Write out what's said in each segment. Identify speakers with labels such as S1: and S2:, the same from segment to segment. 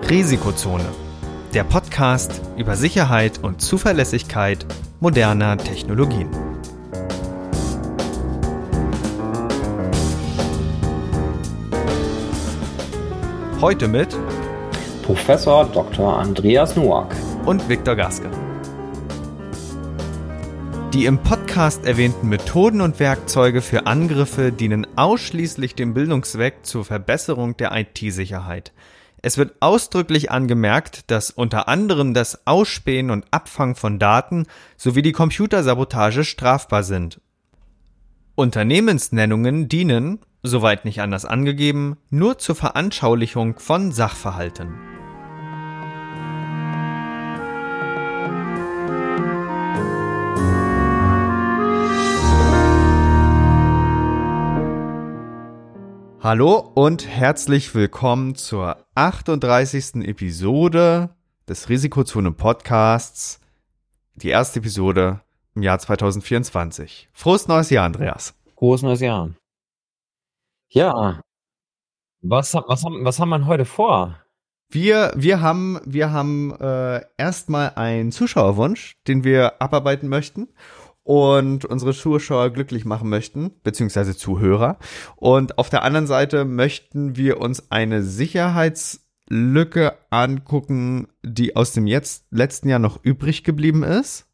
S1: Risikozone, der Podcast über Sicherheit und Zuverlässigkeit moderner Technologien. Heute mit
S2: Professor Dr. Andreas Noack
S1: und Viktor Gaske. Die im Podcast erwähnten Methoden und Werkzeuge für Angriffe dienen ausschließlich dem Bildungszweck zur Verbesserung der IT-Sicherheit. Es wird ausdrücklich angemerkt, dass unter anderem das Ausspähen und Abfangen von Daten sowie die Computersabotage strafbar sind. Unternehmensnennungen dienen, soweit nicht anders angegeben, nur zur Veranschaulichung von Sachverhalten. Hallo und herzlich willkommen zur 38. Episode des Risikozone Podcasts, die erste Episode im Jahr 2024. Frohes neues Jahr, Andreas.
S2: Frohes neues Jahr. Ja, was haben wir heute vor?
S1: Wir haben erstmal einen Zuschauerwunsch, den wir abarbeiten möchten und unsere Zuschauer glücklich machen möchten, beziehungsweise Zuhörer. Und auf der anderen Seite möchten wir uns eine Sicherheitslücke angucken, die aus dem letzten Jahr noch übrig geblieben ist.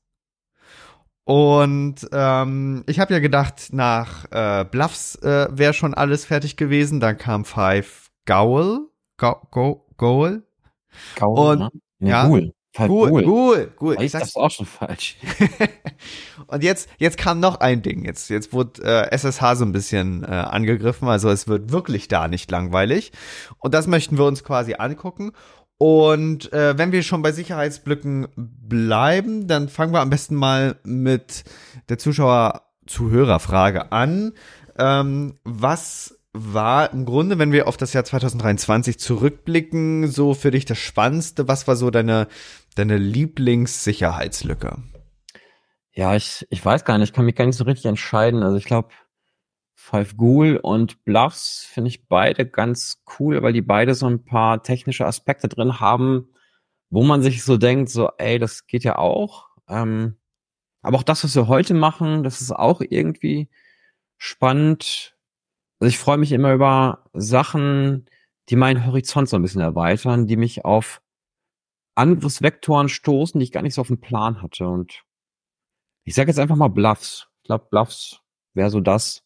S1: Und ich habe ja gedacht, nach Bluffs wäre schon alles fertig gewesen. Dann kam Five Goal. Und
S2: ne?
S1: ja, Ghoul.
S2: Ich sag's auch schon falsch.
S1: Und jetzt kam noch ein Ding. Jetzt wurde SSH so ein bisschen angegriffen. Also es wird wirklich da nicht langweilig. Und das möchten wir uns quasi angucken. Und wenn wir schon bei Sicherheitslücken bleiben, dann fangen wir am besten mal mit der Zuhörerfrage an. Was war im Grunde, wenn wir auf das Jahr 2023 zurückblicken, so für dich das Spannendste? Was war so deine Lieblingssicherheitslücke?
S2: Ja, ich weiß gar nicht, ich kann mich gar nicht so richtig entscheiden. Also ich glaube, Five Ghoul und Bluffs finde ich beide ganz cool, weil die beide so ein paar technische Aspekte drin haben, wo man sich so denkt, so, ey, das geht ja auch. Aber auch das, was wir heute machen, das ist auch irgendwie spannend. Also ich freue mich immer über Sachen, die meinen Horizont so ein bisschen erweitern, die mich auf Angriffsvektoren stoßen, die ich gar nicht so auf dem Plan hatte. Und ich sage jetzt einfach mal Bluffs. Ich glaube, Bluffs wäre so das,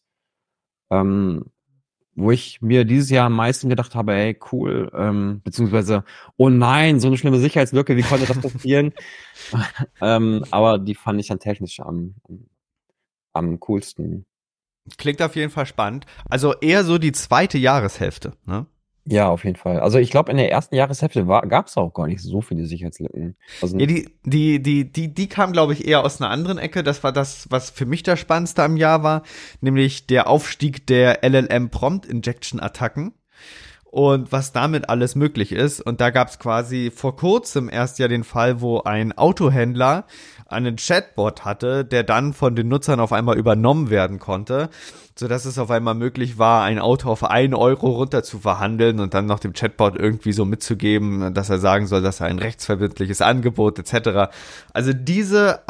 S2: wo ich mir dieses Jahr am meisten gedacht habe, ey, cool, beziehungsweise, oh nein, so eine schlimme Sicherheitslücke, wie konnte das passieren? Aber die fand ich dann technisch am coolsten.
S1: Klingt auf jeden Fall spannend. Also eher so die zweite Jahreshälfte, ne?
S2: Ja, auf jeden Fall. Also ich glaube, in der ersten Jahreshälfte gab es auch gar nicht so viele Sicherheitslücken. Also
S1: ja, die kam, glaube ich, eher aus einer anderen Ecke. Das war das, was für mich das Spannendste am Jahr war, nämlich der Aufstieg der LLM-Prompt-Injection-Attacken und was damit alles möglich ist. Und da gab es quasi vor kurzem erst ja den Fall, wo ein Autohändler einen Chatbot hatte, der dann von den Nutzern auf einmal übernommen werden konnte, sodass es auf einmal möglich war, ein Auto auf 1 Euro runter zu verhandeln und dann noch dem Chatbot irgendwie so mitzugeben, dass er sagen soll, dass er ein rechtsverbindliches Angebot etc. Also diese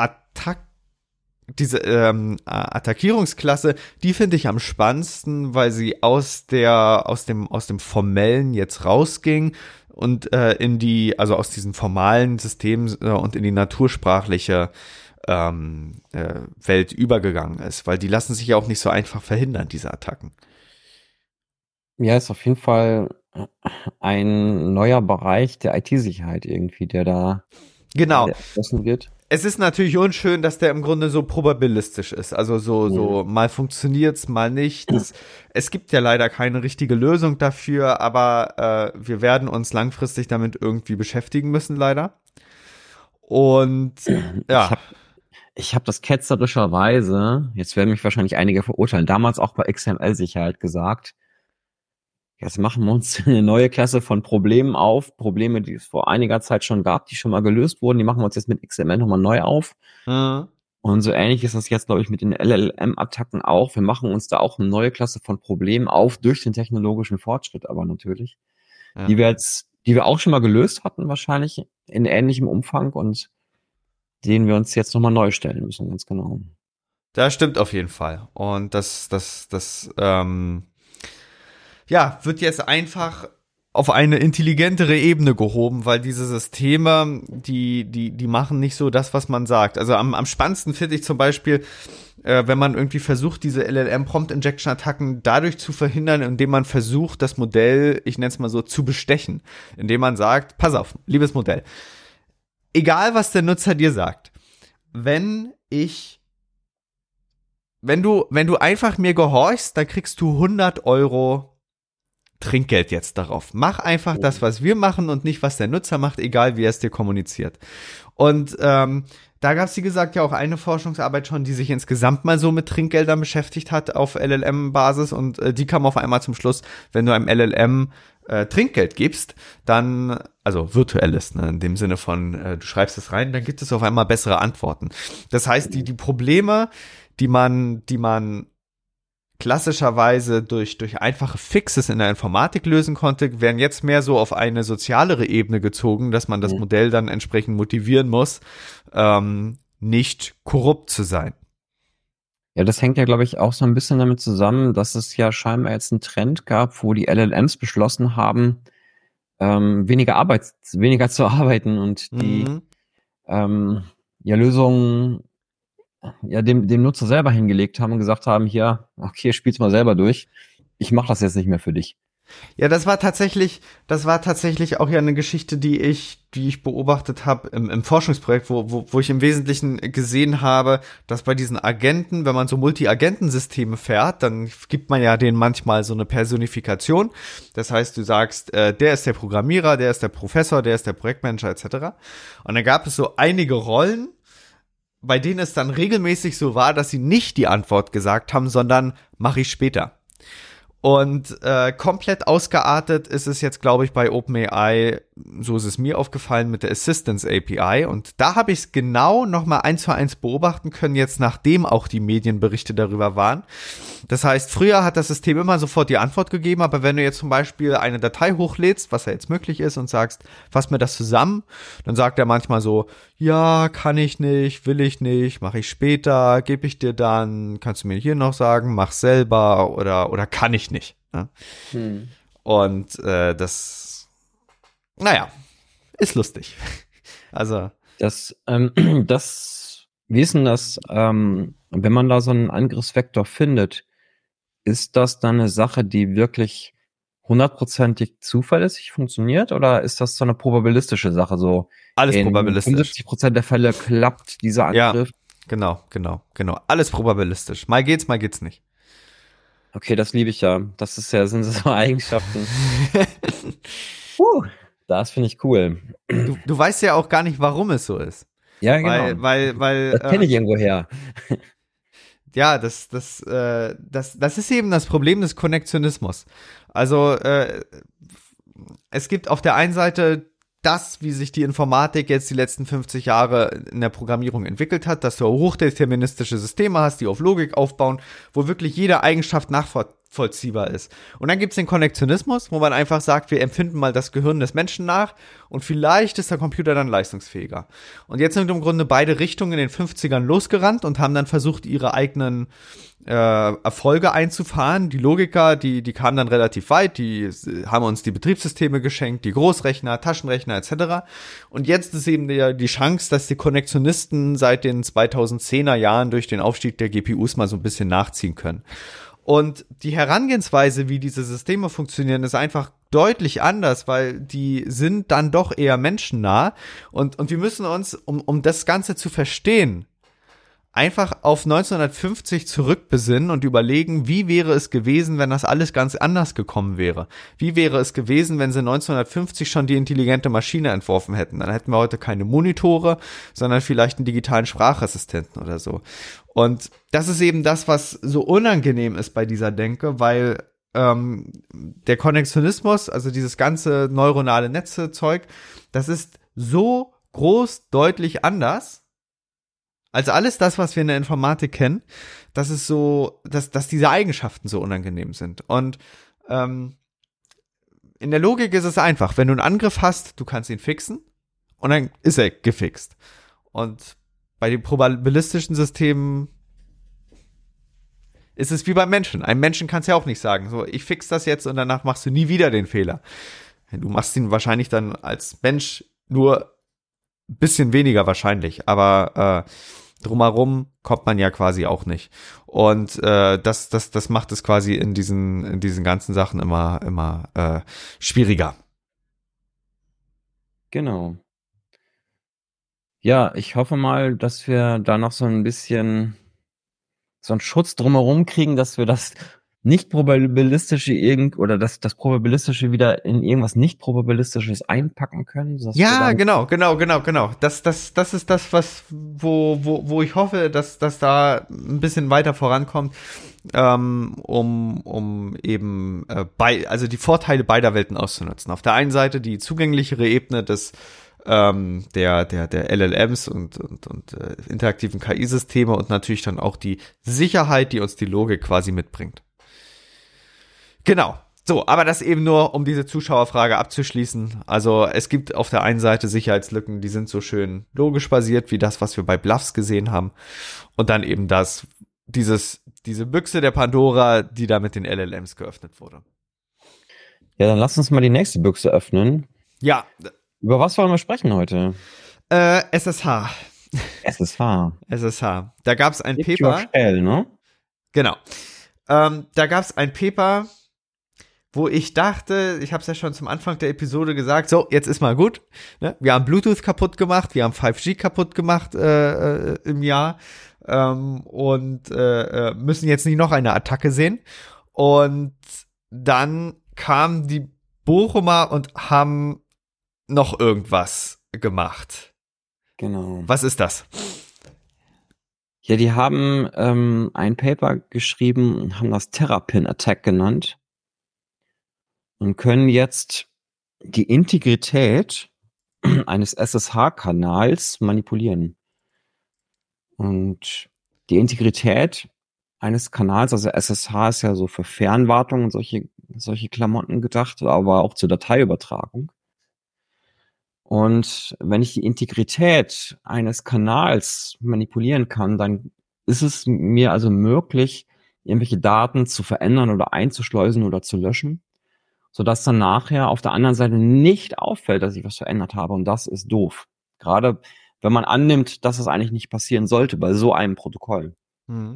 S1: Attackierungsklasse, die finde ich am spannendsten, weil sie aus dem Formellen jetzt rausging und aus diesen formalen Systemen und in die natursprachliche Welt übergegangen ist, weil die lassen sich ja auch nicht so einfach verhindern, diese Attacken.
S2: Ja, ist auf jeden Fall ein neuer Bereich der IT-Sicherheit irgendwie, der da erschlossen wird.
S1: Es ist natürlich unschön, dass der im Grunde so probabilistisch ist. Also so mal funktioniert's, mal nicht. Es gibt ja leider keine richtige Lösung dafür, aber wir werden uns langfristig damit irgendwie beschäftigen müssen, leider. Und ja.
S2: Ich hab das ketzerischerweise, jetzt werden mich wahrscheinlich einige verurteilen, damals auch bei XML-Sicherheit gesagt, jetzt machen wir uns eine neue Klasse von Problemen auf. Probleme, die es vor einiger Zeit schon gab, die schon mal gelöst wurden, die machen wir uns jetzt mit XML nochmal neu auf. Mhm. Und so ähnlich ist das jetzt, glaube ich, mit den LLM-Attacken auch. Wir machen uns da auch eine neue Klasse von Problemen auf, durch den technologischen Fortschritt aber natürlich, die wir jetzt die wir auch schon mal gelöst hatten, wahrscheinlich in ähnlichem Umfang und denen wir uns jetzt nochmal neu stellen müssen, ganz genau.
S1: Das stimmt auf jeden Fall. Und ja, wird jetzt einfach auf eine intelligentere Ebene gehoben, weil diese Systeme, die machen nicht so das, was man sagt. Also am spannendsten finde ich zum Beispiel, wenn man irgendwie versucht, diese LLM-Prompt-Injection-Attacken dadurch zu verhindern, indem man versucht, das Modell, ich nenne es mal so, zu bestechen. Indem man sagt, pass auf, liebes Modell, egal was der Nutzer dir sagt, wenn du einfach mir gehorchst, dann kriegst du 100 € Trinkgeld jetzt darauf. Mach einfach das, was wir machen und nicht, was der Nutzer macht, egal wie er es dir kommuniziert. Und da gab es, wie gesagt, ja auch eine Forschungsarbeit schon, die sich insgesamt mal so mit Trinkgeldern beschäftigt hat auf LLM-Basis und die kam auf einmal zum Schluss, wenn du einem LLM Trinkgeld gibst, dann, also virtuelles, ne, in dem Sinne von, du schreibst es rein, dann gibt es auf einmal bessere Antworten. Das heißt, die Probleme, die man klassischerweise durch einfache Fixes in der Informatik lösen konnte, werden jetzt mehr so auf eine sozialere Ebene gezogen, dass man das Modell dann entsprechend motivieren muss, nicht korrupt zu sein.
S2: Ja, das hängt ja, glaube ich, auch so ein bisschen damit zusammen, dass es ja scheinbar jetzt einen Trend gab, wo die LLMs beschlossen haben, weniger zu arbeiten und die Lösungen dem Nutzer selber hingelegt haben und gesagt haben, hier, okay, spiel's mal selber durch. Ich mache das jetzt nicht mehr für dich.
S1: Ja, das war tatsächlich auch ja eine Geschichte, die ich beobachtet habe im Forschungsprojekt, wo ich im Wesentlichen gesehen habe, dass bei diesen Agenten, wenn man so Multi-Agenten-Systeme fährt, dann gibt man ja denen manchmal so eine Personifikation. Das heißt, du sagst, der ist der Programmierer, der ist der Professor, der ist der Projektmanager etc. Und dann gab es so einige Rollen, bei denen es dann regelmäßig so war, dass sie nicht die Antwort gesagt haben, sondern mach ich später. Und komplett ausgeartet ist es jetzt, glaube ich, bei OpenAI, so ist es mir aufgefallen, mit der Assistance API. Und da habe ich es genau nochmal 1:1 beobachten können, jetzt nachdem auch die Medienberichte darüber waren. Das heißt, früher hat das System immer sofort die Antwort gegeben, aber wenn du jetzt zum Beispiel eine Datei hochlädst, was ja jetzt möglich ist, und sagst, fass mir das zusammen, dann sagt er manchmal so, ja, kann ich nicht, will ich nicht, mache ich später, gebe ich dir dann, kannst du mir hier noch sagen, mach selber oder kann ich nicht. Ne? Und das, naja, ist lustig. Also
S2: wie ist denn das, wenn man da so einen Angriffsvektor findet, ist das dann eine Sache, die wirklich 100%ig zuverlässig funktioniert oder ist das so eine probabilistische Sache? So
S1: alles
S2: in
S1: probabilistisch.
S2: 50% der Fälle klappt dieser Angriff.
S1: Ja, genau. Alles probabilistisch. Mal geht's nicht.
S2: Okay, das liebe ich ja. Sind so Eigenschaften. Das finde ich cool.
S1: Du weißt ja auch gar nicht, warum es so ist.
S2: Ja, genau.
S1: Weil
S2: das kenne ich irgendwo her.
S1: Ja, das ist eben das Problem des Konnektionismus. Also es gibt auf der einen Seite das, wie sich die Informatik jetzt die letzten 50 Jahre in der Programmierung entwickelt hat, dass du hochdeterministische Systeme hast, die auf Logik aufbauen, wo wirklich jede Eigenschaft nachvollziehbar ist. Und dann gibt's den Konnektionismus, wo man einfach sagt, wir empfinden mal das Gehirn des Menschen nach und vielleicht ist der Computer dann leistungsfähiger. Und jetzt sind im Grunde beide Richtungen in den 50ern losgerannt und haben dann versucht, ihre eigenen Erfolge einzufahren. Die Logiker, die kamen dann relativ weit, die haben uns die Betriebssysteme geschenkt, die Großrechner, Taschenrechner etc. Und jetzt ist eben die Chance, dass die Konnektionisten seit den 2010er Jahren durch den Aufstieg der GPUs mal so ein bisschen nachziehen können. Und die Herangehensweise, wie diese Systeme funktionieren, ist einfach deutlich anders, weil die sind dann doch eher menschennah. Und wir müssen uns, um das Ganze zu verstehen, einfach auf 1950 zurückbesinnen und überlegen, wie wäre es gewesen, wenn das alles ganz anders gekommen wäre? Wie wäre es gewesen, wenn sie 1950 schon die intelligente Maschine entworfen hätten? Dann hätten wir heute keine Monitore, sondern vielleicht einen digitalen Sprachassistenten oder so. Und das ist eben das, was so unangenehm ist bei dieser Denke, weil der Konnektionismus, also dieses ganze neuronale Netze-Zeug, das ist so groß, deutlich anders als alles das, was wir in der Informatik kennen, dass es so, dass diese Eigenschaften so unangenehm sind. Und in der Logik ist es einfach. Wenn du einen Angriff hast, du kannst ihn fixen und dann ist er gefixt. Und bei den probabilistischen Systemen ist es wie beim Menschen. Einem Menschen kannst du ja auch nicht sagen, so, ich fix das jetzt und danach machst du nie wieder den Fehler. Du machst ihn wahrscheinlich dann als Mensch nur ein bisschen weniger wahrscheinlich, aber drumherum kommt man ja quasi auch nicht. Und das macht es quasi in diesen ganzen Sachen immer schwieriger.
S2: Genau. Ja, ich hoffe mal, dass wir da noch so ein bisschen so einen Schutz drumherum kriegen, dass wir das nicht probabilistische oder das probabilistische wieder in irgendwas nicht probabilistisches einpacken können.
S1: Ja, genau. Das ist das, wo ich hoffe, dass da ein bisschen weiter vorankommt, um eben also die Vorteile beider Welten auszunutzen. Auf der einen Seite die zugänglichere Ebene der LLMs und interaktiven KI-Systeme und natürlich dann auch die Sicherheit, die uns die Logik quasi mitbringt. Genau. So, aber das eben nur, um diese Zuschauerfrage abzuschließen. Also es gibt auf der einen Seite Sicherheitslücken, die sind so schön logisch basiert, wie das, was wir bei Bluffs gesehen haben. Und dann eben diese Büchse der Pandora, die da mit den LLMs geöffnet wurde.
S2: Ja, dann lass uns mal die nächste Büchse öffnen.
S1: Ja.
S2: Über was wollen wir sprechen heute?
S1: SSH. SSH. Da gab es ein Paper.
S2: Ne?
S1: Genau. Da gab es ein Paper, wo ich dachte, ich habe es ja schon zum Anfang der Episode gesagt, so, jetzt ist mal gut. Ne? Wir haben Bluetooth kaputt gemacht, wir haben 5G kaputt gemacht im Jahr und müssen jetzt nicht noch eine Attacke sehen. Und dann kamen die Bochumer und haben noch irgendwas gemacht.
S2: Genau.
S1: Was ist das?
S2: Ja, die haben ein Paper geschrieben und haben das Terrapin-Attack genannt und können jetzt die Integrität eines SSH-Kanals manipulieren. Und die Integrität eines Kanals, also SSH ist ja so für Fernwartung und solche Klamotten gedacht, aber auch zur Dateiübertragung. Und wenn ich die Integrität eines Kanals manipulieren kann, dann ist es mir also möglich, irgendwelche Daten zu verändern oder einzuschleusen oder zu löschen, sodass dann nachher auf der anderen Seite nicht auffällt, dass ich was verändert habe. Und das ist doof. Gerade wenn man annimmt, dass es eigentlich nicht passieren sollte bei so einem Protokoll.
S1: Mhm.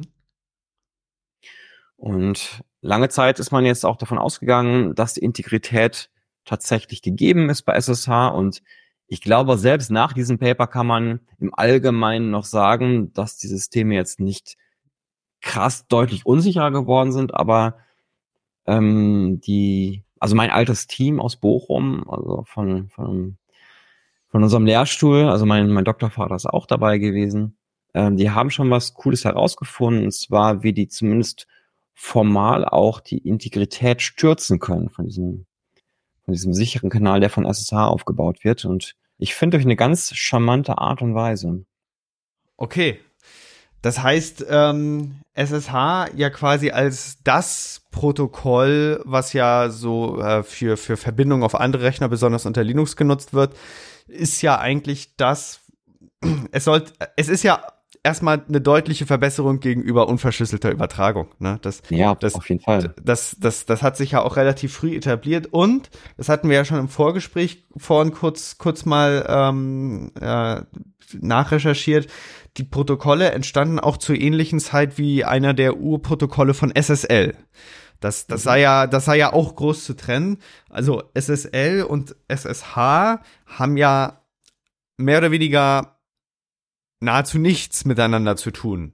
S2: Und lange Zeit ist man jetzt auch davon ausgegangen, dass die Integrität tatsächlich gegeben ist bei SSH. Und ich glaube, selbst nach diesem Paper kann man im Allgemeinen noch sagen, dass die Systeme jetzt nicht krass deutlich unsicherer geworden sind, aber also mein altes Team aus Bochum, also von unserem Lehrstuhl, also mein Doktorvater ist auch dabei gewesen, die haben schon was Cooles herausgefunden, und zwar, wie die zumindest formal auch die Integrität stürzen können von diesem sicheren Kanal, der von SSH aufgebaut wird. Und ich finde durch eine ganz charmante Art und Weise.
S1: Okay. Das heißt, SSH ja quasi als das Protokoll, was ja so für Verbindungen auf andere Rechner, besonders unter Linux genutzt wird, ist ja eigentlich es ist ja erstmal eine deutliche Verbesserung gegenüber unverschlüsselter Übertragung. Ne? Das
S2: auf jeden Fall.
S1: Das hat sich ja auch relativ früh etabliert, und das hatten wir ja schon im Vorgespräch vorhin kurz mal nachrecherchiert. Die Protokolle entstanden auch zur ähnlichen Zeit wie einer der Urprotokolle von SSL. Das sei ja auch groß zu trennen. Also SSL und SSH haben ja mehr oder weniger nahezu nichts miteinander zu tun.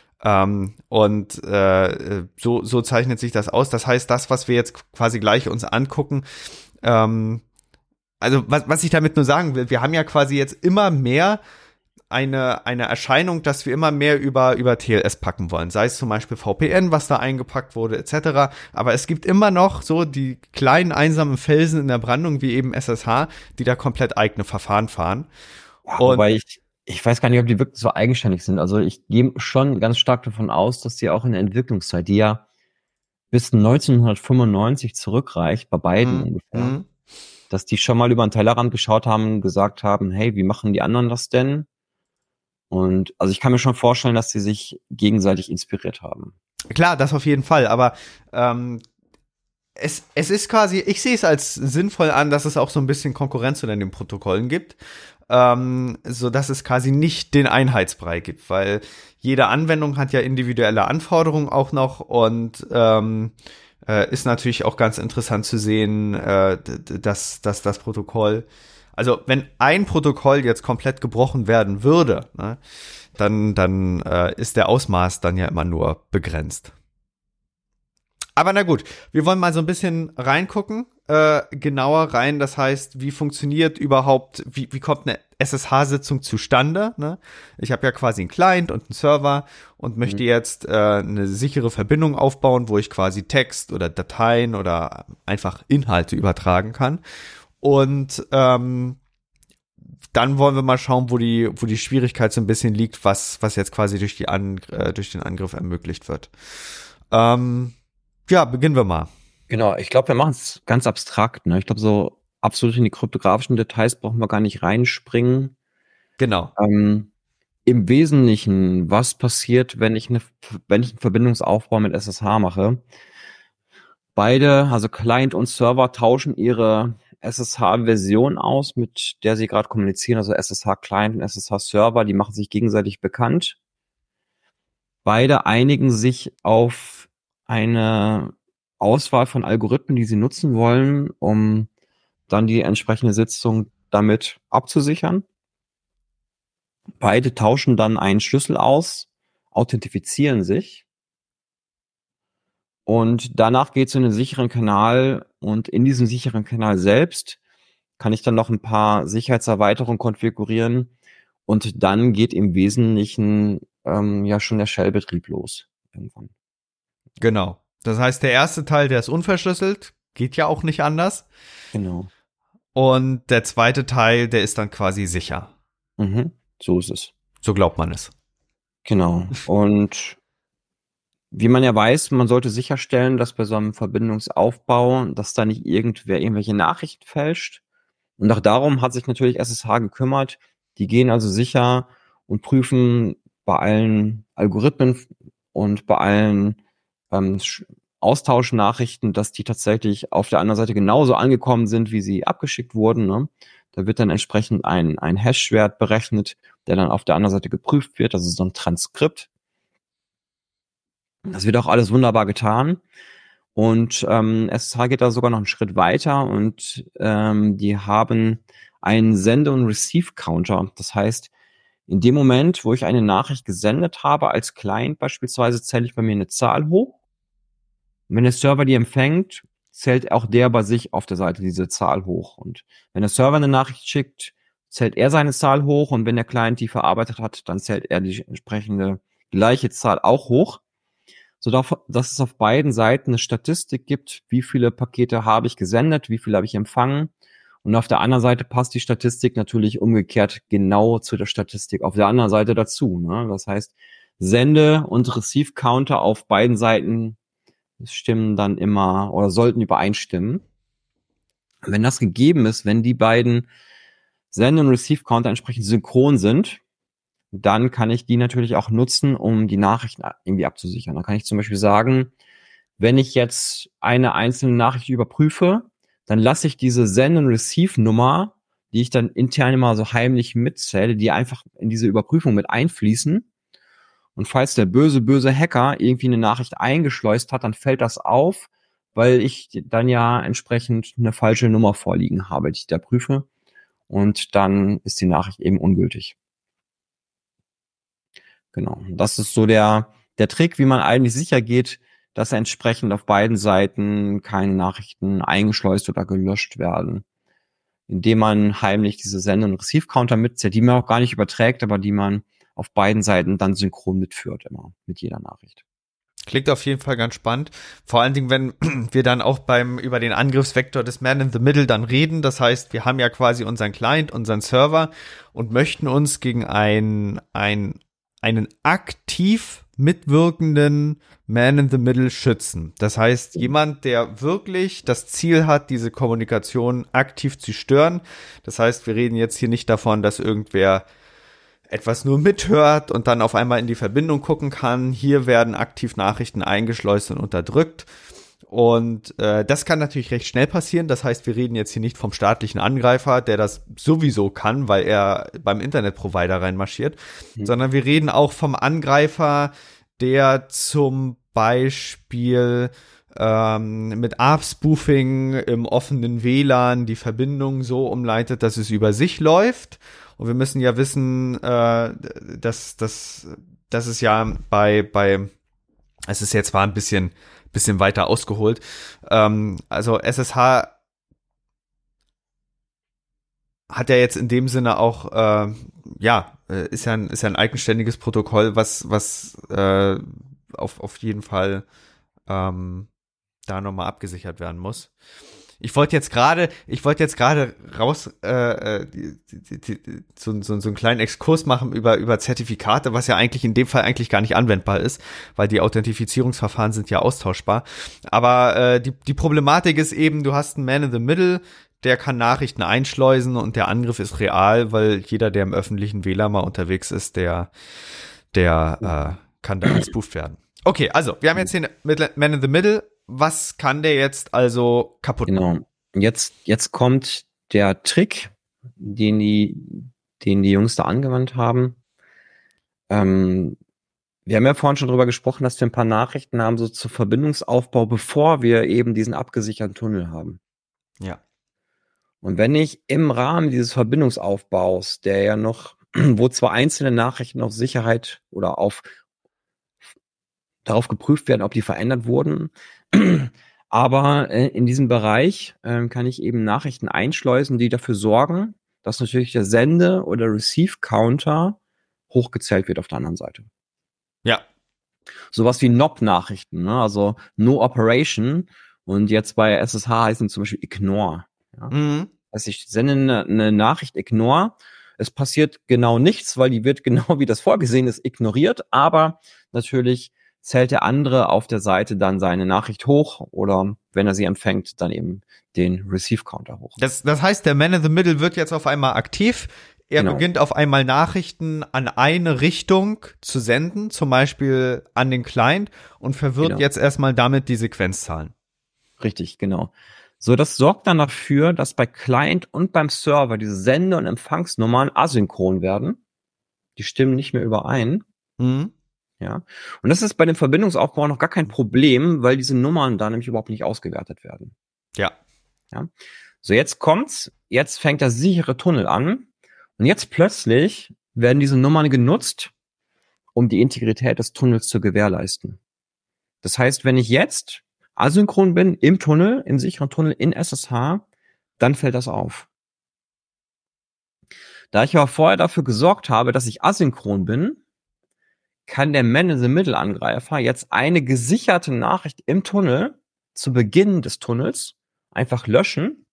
S1: So zeichnet sich das aus. Das heißt, das, was wir jetzt quasi gleich uns angucken, also was ich damit nur sagen will, wir haben ja quasi jetzt immer mehr eine Erscheinung, dass wir immer mehr über TLS packen wollen. Sei es zum Beispiel VPN, was da eingepackt wurde, etc. Aber es gibt immer noch so die kleinen einsamen Felsen in der Brandung, wie eben SSH, die da komplett eigene Verfahren fahren.
S2: Ja, wobei ich weiß gar nicht, ob die wirklich so eigenständig sind. Also ich gehe schon ganz stark davon aus, dass die auch in der Entwicklungszeit, die ja bis 1995 zurückreicht, bei beiden ungefähr, dass die schon mal über den Tellerrand geschaut haben und gesagt haben, hey, wie machen die anderen das denn? Und also ich kann mir schon vorstellen, dass sie sich gegenseitig inspiriert haben.
S1: Klar, das auf jeden Fall, aber es ist quasi, ich sehe es als sinnvoll an, dass es auch so ein bisschen Konkurrenz unter den Protokollen gibt, so dass es quasi nicht den Einheitsbrei gibt, weil jede Anwendung hat ja individuelle Anforderungen auch noch und ist natürlich auch ganz interessant zu sehen, dass das Protokoll, also wenn ein Protokoll jetzt komplett gebrochen werden würde, ne, dann ist der Ausmaß dann ja immer nur begrenzt. Aber na gut, wir wollen mal so ein bisschen reingucken, genauer rein. Das heißt, wie funktioniert überhaupt, wie kommt eine SSH-Sitzung zustande? Ne? Ich habe ja quasi einen Client und einen Server und möchte jetzt eine sichere Verbindung aufbauen, wo ich quasi Text oder Dateien oder einfach Inhalte übertragen kann. Und dann wollen wir mal schauen, wo die Schwierigkeit so ein bisschen liegt, was jetzt quasi durch den Angriff ermöglicht wird. Ja, beginnen wir mal.
S2: Genau, ich glaube, wir machen es ganz abstrakt. Ne? Ich glaube, so absolut in die kryptografischen Details brauchen wir gar nicht reinspringen.
S1: Genau.
S2: Im Wesentlichen, was passiert, wenn ich einen Verbindungsaufbau mit SSH mache? Beide, also Client und Server, tauschen ihre SSH-Version aus, mit der sie gerade kommunizieren, also SSH-Client und SSH-Server, die machen sich gegenseitig bekannt. Beide einigen sich auf eine Auswahl von Algorithmen, die sie nutzen wollen, um dann die entsprechende Sitzung damit abzusichern. Beide tauschen dann einen Schlüssel aus, authentifizieren sich und danach geht es in einen sicheren Kanal und in diesem sicheren Kanal selbst kann ich dann noch ein paar Sicherheitserweiterungen konfigurieren und dann geht im Wesentlichen ja schon der Shell-Betrieb los irgendwann.
S1: Genau. Das heißt, der erste Teil, der ist unverschlüsselt, geht ja auch nicht anders.
S2: Genau.
S1: Und der zweite Teil, der ist dann quasi sicher.
S2: So ist es.
S1: So glaubt man es.
S2: Genau. Und wie man ja weiß, man sollte sicherstellen, dass bei so einem Verbindungsaufbau, dass da nicht irgendwer irgendwelche Nachrichten fälscht. Und auch darum hat sich natürlich SSH gekümmert. Die gehen also sicher und prüfen bei allen Algorithmen und bei allen Austauschnachrichten, dass die tatsächlich auf der anderen Seite genauso angekommen sind, wie sie abgeschickt wurden. Ne? Da wird dann entsprechend ein Hash-Wert berechnet, der dann auf der anderen Seite geprüft wird. Das ist so ein Transkript. Das wird auch alles wunderbar getan. Und SSH geht da sogar noch einen Schritt weiter und die haben einen Sende- und Receive-Counter. Das heißt, in dem Moment, wo ich eine Nachricht gesendet habe, als Client beispielsweise, zähle ich bei mir eine Zahl hoch. Und wenn der Server die empfängt, zählt auch der bei sich auf der Seite diese Zahl hoch. Und wenn der Server eine Nachricht schickt, zählt er seine Zahl hoch. Und wenn der Client die verarbeitet hat, dann zählt er die entsprechende gleiche Zahl auch hoch. Sodass es auf beiden Seiten eine Statistik gibt, wie viele Pakete habe ich gesendet, wie viele habe ich empfangen. Und auf der anderen Seite passt die Statistik natürlich umgekehrt genau zu der Statistik auf der anderen Seite dazu. Ne? Das heißt, Sende- und Receive-Counter auf beiden Seiten stimmen dann immer oder sollten übereinstimmen. Wenn das gegeben ist, wenn die beiden Sende- und Receive-Counter entsprechend synchron sind, dann kann ich die natürlich auch nutzen, um die Nachrichten irgendwie abzusichern. Dann kann ich zum Beispiel sagen, wenn ich jetzt eine einzelne Nachricht überprüfe, dann lasse ich diese Send- und Receive-Nummer, die ich dann intern immer so heimlich mitzähle, die einfach in diese Überprüfung mit einfließen. Und falls der böse Hacker irgendwie eine Nachricht eingeschleust hat, dann fällt das auf, weil ich dann ja entsprechend eine falsche Nummer vorliegen habe, die ich da prüfe. Und dann ist die Nachricht eben ungültig. Genau. Das ist so der Trick, wie man eigentlich sicher geht, dass entsprechend auf beiden Seiten keine Nachrichten eingeschleust oder gelöscht werden. Indem man heimlich diese Send- und Receive-Counter mitzählt, die man auch gar nicht überträgt, aber die man auf beiden Seiten dann synchron mitführt, immer mit jeder Nachricht.
S1: Klingt auf jeden Fall ganz spannend. Vor allen Dingen, wenn wir dann auch über den Angriffsvektor des Man in the Middle dann reden. Das heißt, wir haben ja quasi unseren Client, unseren Server und möchten uns gegen einen aktiv mitwirkenden Man in the Middle schützen. Das heißt, jemand, der wirklich das Ziel hat, diese Kommunikation aktiv zu stören. Das heißt, wir reden jetzt hier nicht davon, dass irgendwer etwas nur mithört und dann auf einmal in die Verbindung gucken kann. Hier werden aktiv Nachrichten eingeschleust und unterdrückt. Und das kann natürlich recht schnell passieren. Das heißt, wir reden jetzt hier nicht vom staatlichen Angreifer, der das sowieso kann, weil er beim Internetprovider reinmarschiert, sondern wir reden auch vom Angreifer, der zum Beispiel mit ARP-Spoofing im offenen WLAN die Verbindung so umleitet, dass es über sich läuft. Und wir müssen ja wissen, dass es ja es ist jetzt zwar ein bisschen weiter ausgeholt. Also SSH hat ja jetzt in dem Sinne auch, ist ja ein eigenständiges Protokoll, was auf jeden Fall da nochmal abgesichert werden muss. Ich wollte jetzt gerade raus so einen kleinen Exkurs machen über Zertifikate, was ja eigentlich in dem Fall eigentlich gar nicht anwendbar ist, weil die Authentifizierungsverfahren sind ja austauschbar. Aber die Problematik ist eben, du hast einen Man in the Middle, der kann Nachrichten einschleusen und der Angriff ist real, weil jeder, der im öffentlichen WLAN mal unterwegs ist, der kann da gespooft werden. Okay, also wir haben jetzt den Man in the Middle. Was kann der jetzt also kaputt machen?
S2: Genau. Jetzt kommt der Trick, den die Jungs da angewandt haben. Wir haben ja vorhin schon drüber gesprochen, dass wir ein paar Nachrichten haben, so zu Verbindungsaufbau, bevor wir eben diesen abgesicherten Tunnel haben.
S1: Ja.
S2: Und wenn ich im Rahmen dieses Verbindungsaufbaus, der ja noch, wo zwar einzelne Nachrichten auf Sicherheit oder darauf geprüft werden, ob die verändert wurden, aber in diesem Bereich kann ich eben Nachrichten einschleusen, die dafür sorgen, dass natürlich der Sende- oder Receive-Counter hochgezählt wird auf der anderen Seite.
S1: Ja.
S2: Sowas wie NOP-Nachrichten, ne? Also No Operation, und jetzt bei SSH heißen zum Beispiel Ignore. Ja? Also ich sende eine Nachricht Ignore, es passiert genau nichts, weil die wird genau wie das vorgesehen ist ignoriert, aber natürlich zählt der andere auf der Seite dann seine Nachricht hoch oder wenn er sie empfängt, dann eben den Receive-Counter hoch.
S1: Das heißt, der Man in the Middle wird jetzt auf einmal aktiv. Er beginnt auf einmal Nachrichten an eine Richtung zu senden, zum Beispiel an den Client, und verwirrt jetzt erstmal damit die Sequenzzahlen.
S2: Richtig, genau. So, das sorgt dann dafür, dass bei Client und beim Server diese Sende- und Empfangsnummern asynchron werden. Die stimmen nicht mehr überein. Ja. Und das ist bei dem Verbindungsaufbau noch gar kein Problem, weil diese Nummern da nämlich überhaupt nicht ausgewertet werden.
S1: Ja.
S2: So, jetzt kommt's. Jetzt fängt der sichere Tunnel an. Und jetzt plötzlich werden diese Nummern genutzt, um die Integrität des Tunnels zu gewährleisten. Das heißt, wenn ich jetzt asynchron bin im Tunnel, im sicheren Tunnel in SSH, dann fällt das auf. Da ich aber vorher dafür gesorgt habe, dass ich asynchron bin, kann der Man-in-the-Middle-Angreifer jetzt eine gesicherte Nachricht im Tunnel zu Beginn des Tunnels einfach löschen.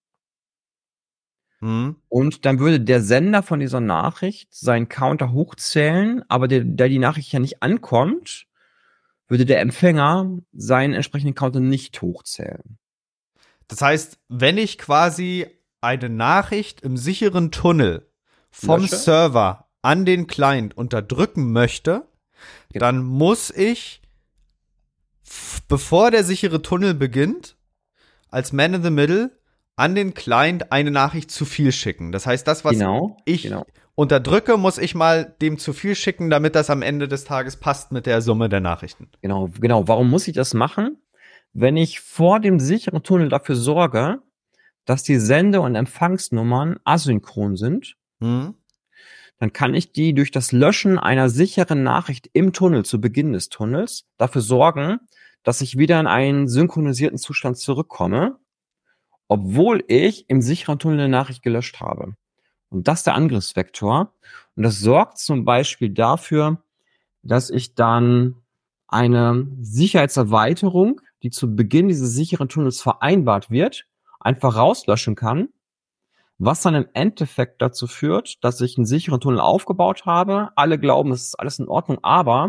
S2: Und dann würde der Sender von dieser Nachricht seinen Counter hochzählen, aber da die Nachricht ja nicht ankommt, würde der Empfänger seinen entsprechenden Counter nicht hochzählen.
S1: Das heißt, wenn ich quasi eine Nachricht im sicheren Tunnel vom Server an den Client unterdrücken möchte, dann muss ich, bevor der sichere Tunnel beginnt, als Man in the Middle an den Client eine Nachricht zu viel schicken. Das heißt, das, was ich unterdrücke, muss ich mal dem zu viel schicken, damit das am Ende des Tages passt mit der Summe der Nachrichten.
S2: Genau. Warum muss ich das machen? Wenn ich vor dem sicheren Tunnel dafür sorge, dass die Sende- und Empfangsnummern asynchron sind, dann kann ich die durch das Löschen einer sicheren Nachricht im Tunnel zu Beginn des Tunnels dafür sorgen, dass ich wieder in einen synchronisierten Zustand zurückkomme, obwohl ich im sicheren Tunnel eine Nachricht gelöscht habe. Und das ist der Angriffsvektor. Und das sorgt zum Beispiel dafür, dass ich dann eine Sicherheitserweiterung, die zu Beginn dieses sicheren Tunnels vereinbart wird, einfach rauslöschen kann, was dann im Endeffekt dazu führt, dass ich einen sicheren Tunnel aufgebaut habe. Alle glauben, es ist alles in Ordnung, aber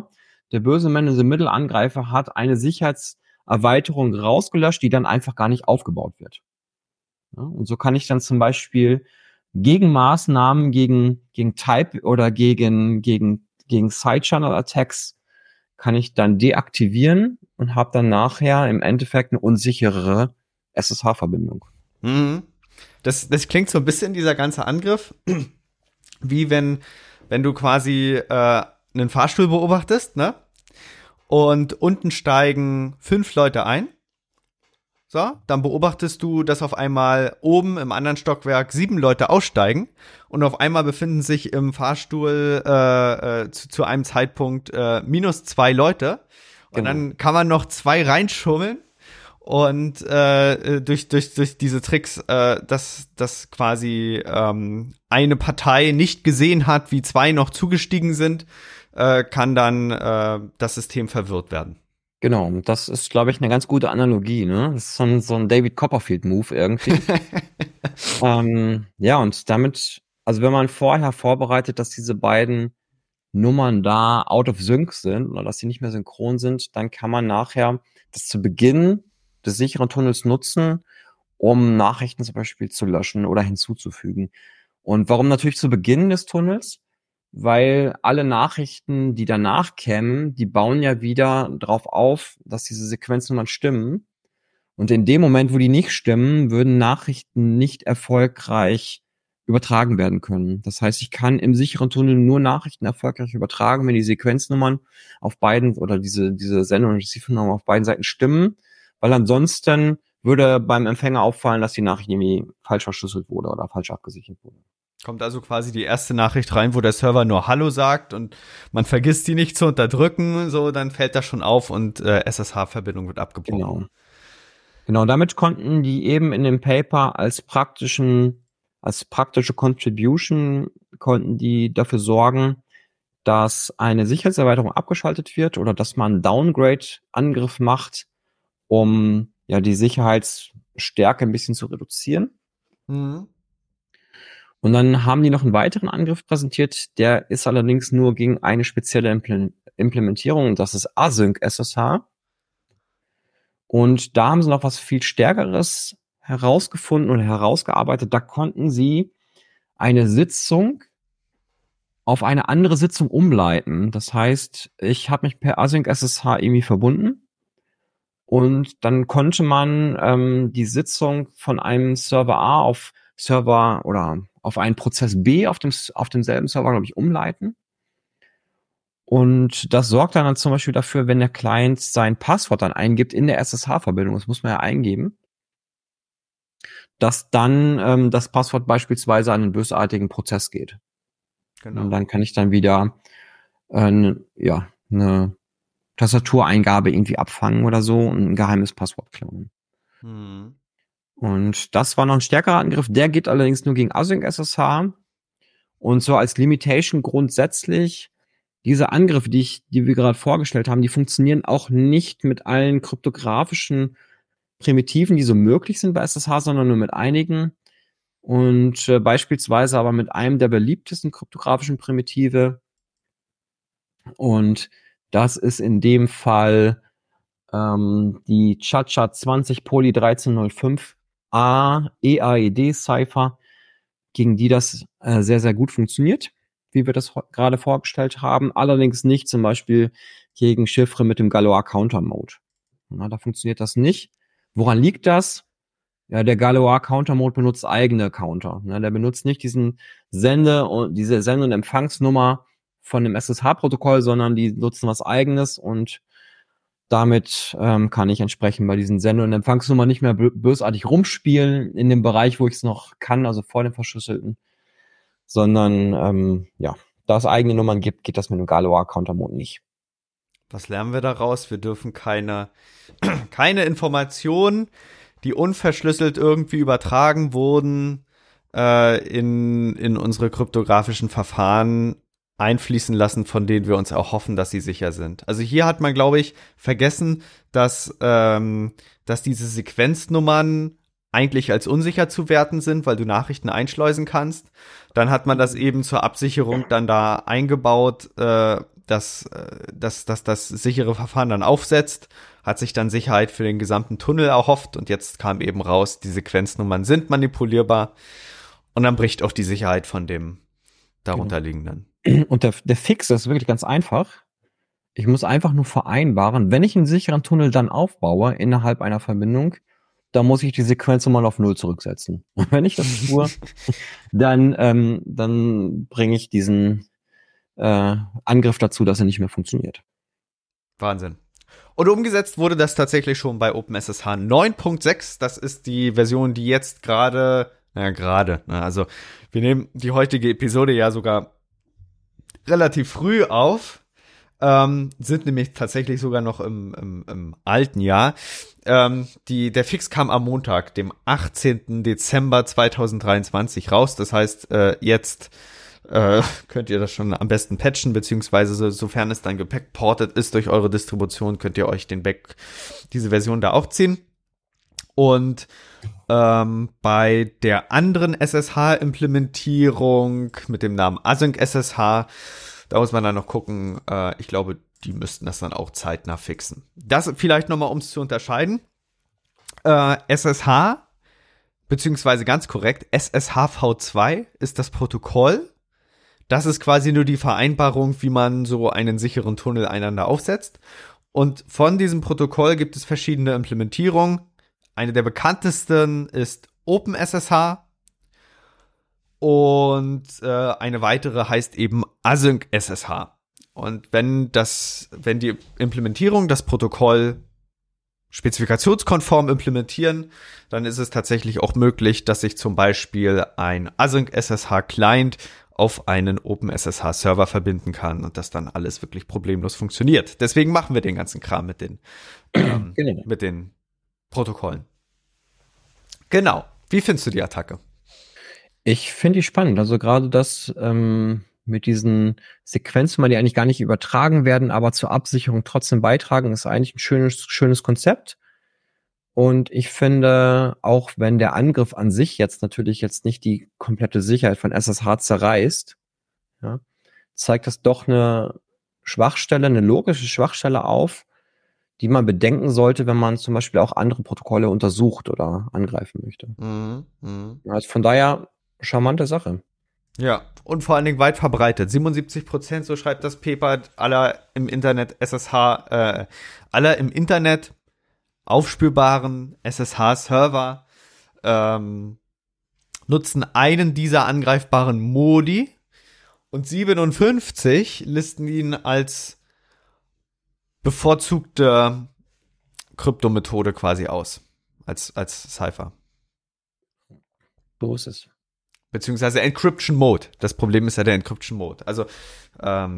S2: der böse Man-in-the-Middle-Angreifer hat eine Sicherheitserweiterung rausgelöscht, die dann einfach gar nicht aufgebaut wird. Ja, und so kann ich dann zum Beispiel Gegenmaßnahmen gegen Type oder gegen Side-Channel-Attacks kann ich dann deaktivieren und habe dann nachher im Endeffekt eine unsicherere SSH-Verbindung.
S1: Mhm. Das klingt so ein bisschen, dieser ganze Angriff, wie wenn du quasi einen Fahrstuhl beobachtest, ne? Und unten steigen 5 Leute ein. So, dann beobachtest du, dass auf einmal oben im anderen Stockwerk 7 Leute aussteigen und auf einmal befinden sich im Fahrstuhl zu einem Zeitpunkt -2 Leute. Und
S2: Genau.
S1: dann kann man noch 2 reinschummeln und durch diese Tricks, dass quasi eine Partei nicht gesehen hat, wie 2 noch zugestiegen sind, kann dann das System verwirrt werden.
S2: Genau, das ist, glaube ich, eine ganz gute Analogie, ne? Das ist so ein David Copperfield-Move irgendwie. Ja, und damit, also wenn man vorher vorbereitet, dass diese beiden Nummern da out of sync sind oder dass sie nicht mehr synchron sind, dann kann man nachher das zu Beginn des sicheren Tunnels nutzen, um Nachrichten zum Beispiel zu löschen oder hinzuzufügen. Und warum natürlich zu Beginn des Tunnels? Weil alle Nachrichten, die danach kämen, die bauen ja wieder drauf auf, dass diese Sequenznummern stimmen. Und in dem Moment, wo die nicht stimmen, würden Nachrichten nicht erfolgreich übertragen werden können. Das heißt, ich kann im sicheren Tunnel nur Nachrichten erfolgreich übertragen, wenn die Sequenznummern auf beiden oder diese Send- und Receive-Nummern auf beiden Seiten stimmen, weil ansonsten würde beim Empfänger auffallen, dass die Nachricht irgendwie falsch verschlüsselt wurde oder falsch abgesichert wurde.
S1: Kommt also quasi die erste Nachricht rein, wo der Server nur Hallo sagt und man vergisst die nicht zu unterdrücken, so, dann fällt das schon auf und SSH-Verbindung wird abgebrochen.
S2: Genau, damit konnten die eben in dem Paper als praktische Contribution konnten die dafür sorgen, dass eine Sicherheitserweiterung abgeschaltet wird oder dass man einen Downgrade-Angriff macht, um ja die Sicherheitsstärke ein bisschen zu reduzieren.
S1: Mhm.
S2: Und dann haben die noch einen weiteren Angriff präsentiert, der ist allerdings nur gegen eine spezielle Implementierung, und das ist Async SSH. Und da haben sie noch was viel Stärkeres herausgefunden oder herausgearbeitet. Da konnten sie eine Sitzung auf eine andere Sitzung umleiten. Das heißt, ich habe mich per Async SSH irgendwie verbunden und dann konnte man die Sitzung von einem Server A auf Server oder auf einen Prozess B auf demselben Server, glaube ich, umleiten. Und das sorgt dann zum Beispiel dafür, wenn der Client sein Passwort dann eingibt in der SSH-Verbindung, das muss man ja eingeben, dass dann das Passwort beispielsweise an einen bösartigen Prozess geht. Genau. Und dann kann ich dann wieder eine Tastatureingabe irgendwie abfangen oder so und ein geheimes Passwort klauen.
S1: Mhm.
S2: Und das war noch ein stärkerer Angriff. Der geht allerdings nur gegen Async SSH. Und so als Limitation grundsätzlich, diese Angriffe, die wir gerade vorgestellt haben, die funktionieren auch nicht mit allen kryptografischen Primitiven, die so möglich sind bei SSH, sondern nur mit einigen. Und beispielsweise aber mit einem der beliebtesten kryptografischen Primitive. Und das ist in dem Fall die ChaCha20 Poly 1305 A EAED Cipher, gegen die das sehr, sehr gut funktioniert, wie wir das gerade vorgestellt haben. Allerdings nicht zum Beispiel gegen Chiffre mit dem Galois Counter Mode. Na, da funktioniert das nicht. Woran liegt das? Ja, der Galois Counter Mode benutzt eigene Counter. Ne? Der benutzt nicht diese Sende- und Empfangsnummer von dem SSH-Protokoll, sondern die nutzen was eigenes und damit kann ich entsprechend bei diesen Sende- und Empfangsnummern nicht mehr bösartig rumspielen in dem Bereich, wo ich es noch kann, also vor dem Verschlüsselten, sondern da es eigene Nummern gibt, geht das mit dem Galois Counter Mode nicht.
S1: Was lernen wir daraus? Wir dürfen keine Informationen, die unverschlüsselt irgendwie übertragen wurden, in unsere kryptografischen Verfahren einfließen lassen, von denen wir uns erhoffen, dass sie sicher sind. Also hier hat man, glaube ich, vergessen, dass diese Sequenznummern eigentlich als unsicher zu werten sind, weil du Nachrichten einschleusen kannst. Dann hat man das eben zur Absicherung dann da eingebaut, das sichere Verfahren dann aufsetzt, hat sich dann Sicherheit für den gesamten Tunnel erhofft und jetzt kam eben raus, die Sequenznummern sind manipulierbar und dann bricht auch die Sicherheit von dem darunterliegenden.
S2: Und der Fix ist wirklich ganz einfach. Ich muss einfach nur vereinbaren, wenn ich einen sicheren Tunnel dann aufbaue innerhalb einer Verbindung, dann muss ich die Sequenznummer auf 0 zurücksetzen. Und wenn ich das tue, dann bringe ich diesen Angriff dazu, dass er nicht mehr funktioniert.
S1: Wahnsinn. Und umgesetzt wurde das tatsächlich schon bei OpenSSH 9.6. Das ist die Version, die jetzt also wir nehmen die heutige Episode ja sogar relativ früh auf, sind nämlich tatsächlich sogar noch im alten Jahr. Der Fix kam am Montag, dem 18. Dezember 2023 raus. Das heißt, jetzt könnt ihr das schon am besten patchen, beziehungsweise sofern es dann geportet ist durch eure Distribution, könnt ihr euch diese Version da auch ziehen. Und bei der anderen SSH-Implementierung mit dem Namen Async SSH, da muss man dann noch gucken, ich glaube, die müssten das dann auch zeitnah fixen. Das vielleicht nochmal, um es zu unterscheiden. SSH, beziehungsweise ganz korrekt, SSH-V2 ist das Protokoll. Das ist quasi nur die Vereinbarung, wie man so einen sicheren Tunnel einander aufsetzt. Und von diesem Protokoll gibt es verschiedene Implementierungen. Eine der bekanntesten ist OpenSSH. Und eine weitere heißt eben Async SSH. Und wenn die Implementierung das Protokoll spezifikationskonform implementieren, dann ist es tatsächlich auch möglich, dass sich zum Beispiel ein Async SSH Client auf einen OpenSSH Server verbinden kann und das dann alles wirklich problemlos funktioniert. Deswegen machen wir den ganzen Kram mit den Protokollen. Genau. Wie findest du die Attacke?
S2: Ich finde die spannend. Also gerade das mit diesen Sequenzen, die eigentlich gar nicht übertragen werden, aber zur Absicherung trotzdem beitragen, ist eigentlich ein schönes Konzept. Und ich finde, auch wenn der Angriff an sich jetzt natürlich nicht die komplette Sicherheit von SSH zerreißt, ja, zeigt das doch eine logische Schwachstelle auf, die man bedenken sollte, wenn man zum Beispiel auch andere Protokolle untersucht oder angreifen möchte. Also von daher, charmante Sache.
S1: Ja, und vor allen Dingen weit verbreitet. 77%, so schreibt das Paper, aller im Internet aufspürbaren SSH-Server nutzen einen dieser angreifbaren Modi und 57 listen ihn als bevorzugte Kryptomethode quasi aus, als Cipher.
S2: So ist es.
S1: Beziehungsweise Encryption Mode. Das Problem ist ja der Encryption Mode. Also da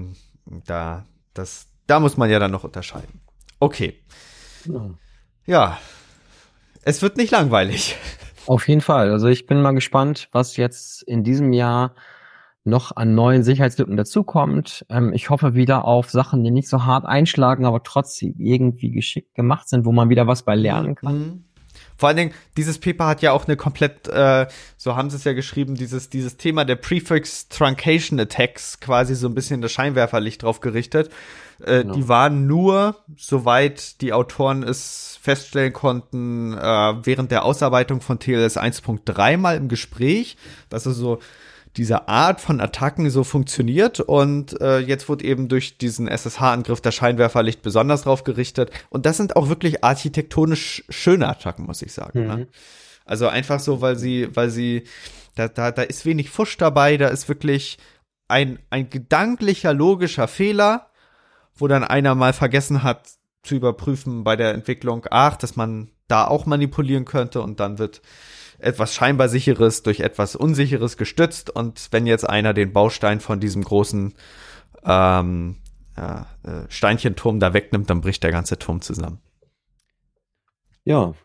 S1: muss man ja dann noch unterscheiden. Okay. Ja, es wird nicht langweilig.
S2: Auf jeden Fall. Also ich bin mal gespannt, was jetzt in diesem Jahr noch an neuen Sicherheitslücken dazukommt. Ich hoffe wieder auf Sachen, die nicht so hart einschlagen, aber trotzdem irgendwie geschickt gemacht sind, wo man wieder was bei lernen kann.
S1: Vor allen Dingen, dieses Paper hat ja auch eine komplett, so haben sie es ja geschrieben, dieses Thema der Prefix Truncation Attacks, quasi so ein bisschen das Scheinwerferlicht drauf gerichtet. Genau. Die waren nur, soweit die Autoren es feststellen konnten, während der Ausarbeitung von TLS 1.3 mal im Gespräch, dass es so diese Art von Attacken so funktioniert und jetzt wurde eben durch diesen SSH-Angriff das Scheinwerferlicht besonders drauf gerichtet und das sind auch wirklich architektonisch schöne Attacken, muss ich sagen. Ne? Also einfach so, weil sie da ist wenig Fusch dabei, da ist wirklich ein gedanklicher, logischer Fehler, wo dann einer mal vergessen hat zu überprüfen bei der Entwicklung, dass man da auch manipulieren könnte und dann wird etwas scheinbar Sicheres durch etwas Unsicheres gestützt und wenn jetzt einer den Baustein von diesem großen Steinchenturm da wegnimmt, dann bricht der ganze Turm zusammen.
S2: Ja,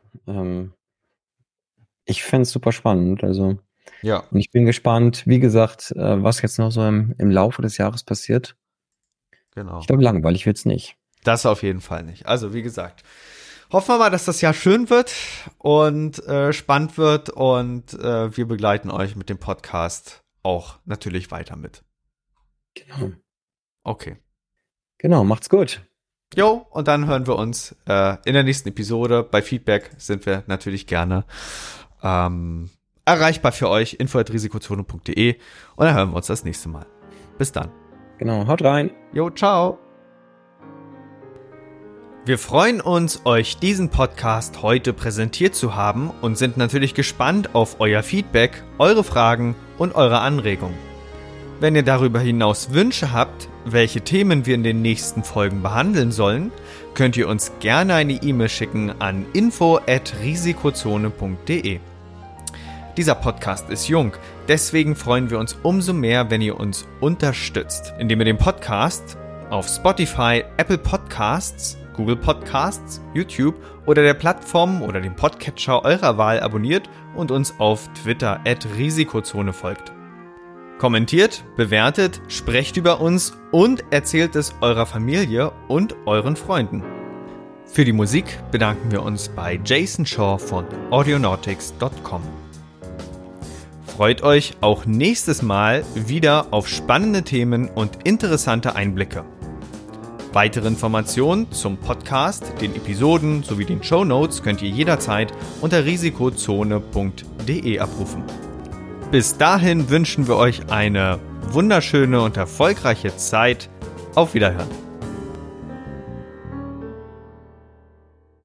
S2: ich fände es super spannend. Also
S1: ja.
S2: Und ich bin gespannt, wie gesagt, was jetzt noch so im Laufe des Jahres passiert.
S1: Genau.
S2: Ich glaube, langweilig wird's nicht.
S1: Das auf jeden Fall nicht. Also wie gesagt, hoffen wir mal, dass das Jahr schön wird und spannend wird und wir begleiten euch mit dem Podcast auch natürlich weiter mit.
S2: Genau.
S1: Okay.
S2: Genau, macht's gut.
S1: Jo, und dann hören wir uns in der nächsten Episode. Bei Feedback sind wir natürlich gerne erreichbar für euch, info@risikozone.de, und dann hören wir uns das nächste Mal. Bis dann.
S2: Genau, haut rein.
S1: Jo, ciao. Wir freuen uns, euch diesen Podcast heute präsentiert zu haben und sind natürlich gespannt auf euer Feedback, eure Fragen und eure Anregungen. Wenn ihr darüber hinaus Wünsche habt, welche Themen wir in den nächsten Folgen behandeln sollen, könnt ihr uns gerne eine E-Mail schicken an info@risikozone.de. Dieser Podcast ist jung, deswegen freuen wir uns umso mehr, wenn ihr uns unterstützt, indem ihr den Podcast auf Spotify, Apple Podcasts, Google Podcasts, YouTube oder der Plattform oder dem Podcatcher eurer Wahl abonniert und uns auf Twitter @Risikozone folgt. Kommentiert, bewertet, sprecht über uns und erzählt es eurer Familie und euren Freunden. Für die Musik bedanken wir uns bei Jason Shaw von audionautics.com. Freut euch auch nächstes Mal wieder auf spannende Themen und interessante Einblicke. Weitere Informationen zum Podcast, den Episoden sowie den Shownotes könnt ihr jederzeit unter risikozone.de abrufen. Bis dahin wünschen wir euch eine wunderschöne und erfolgreiche Zeit. Auf Wiederhören.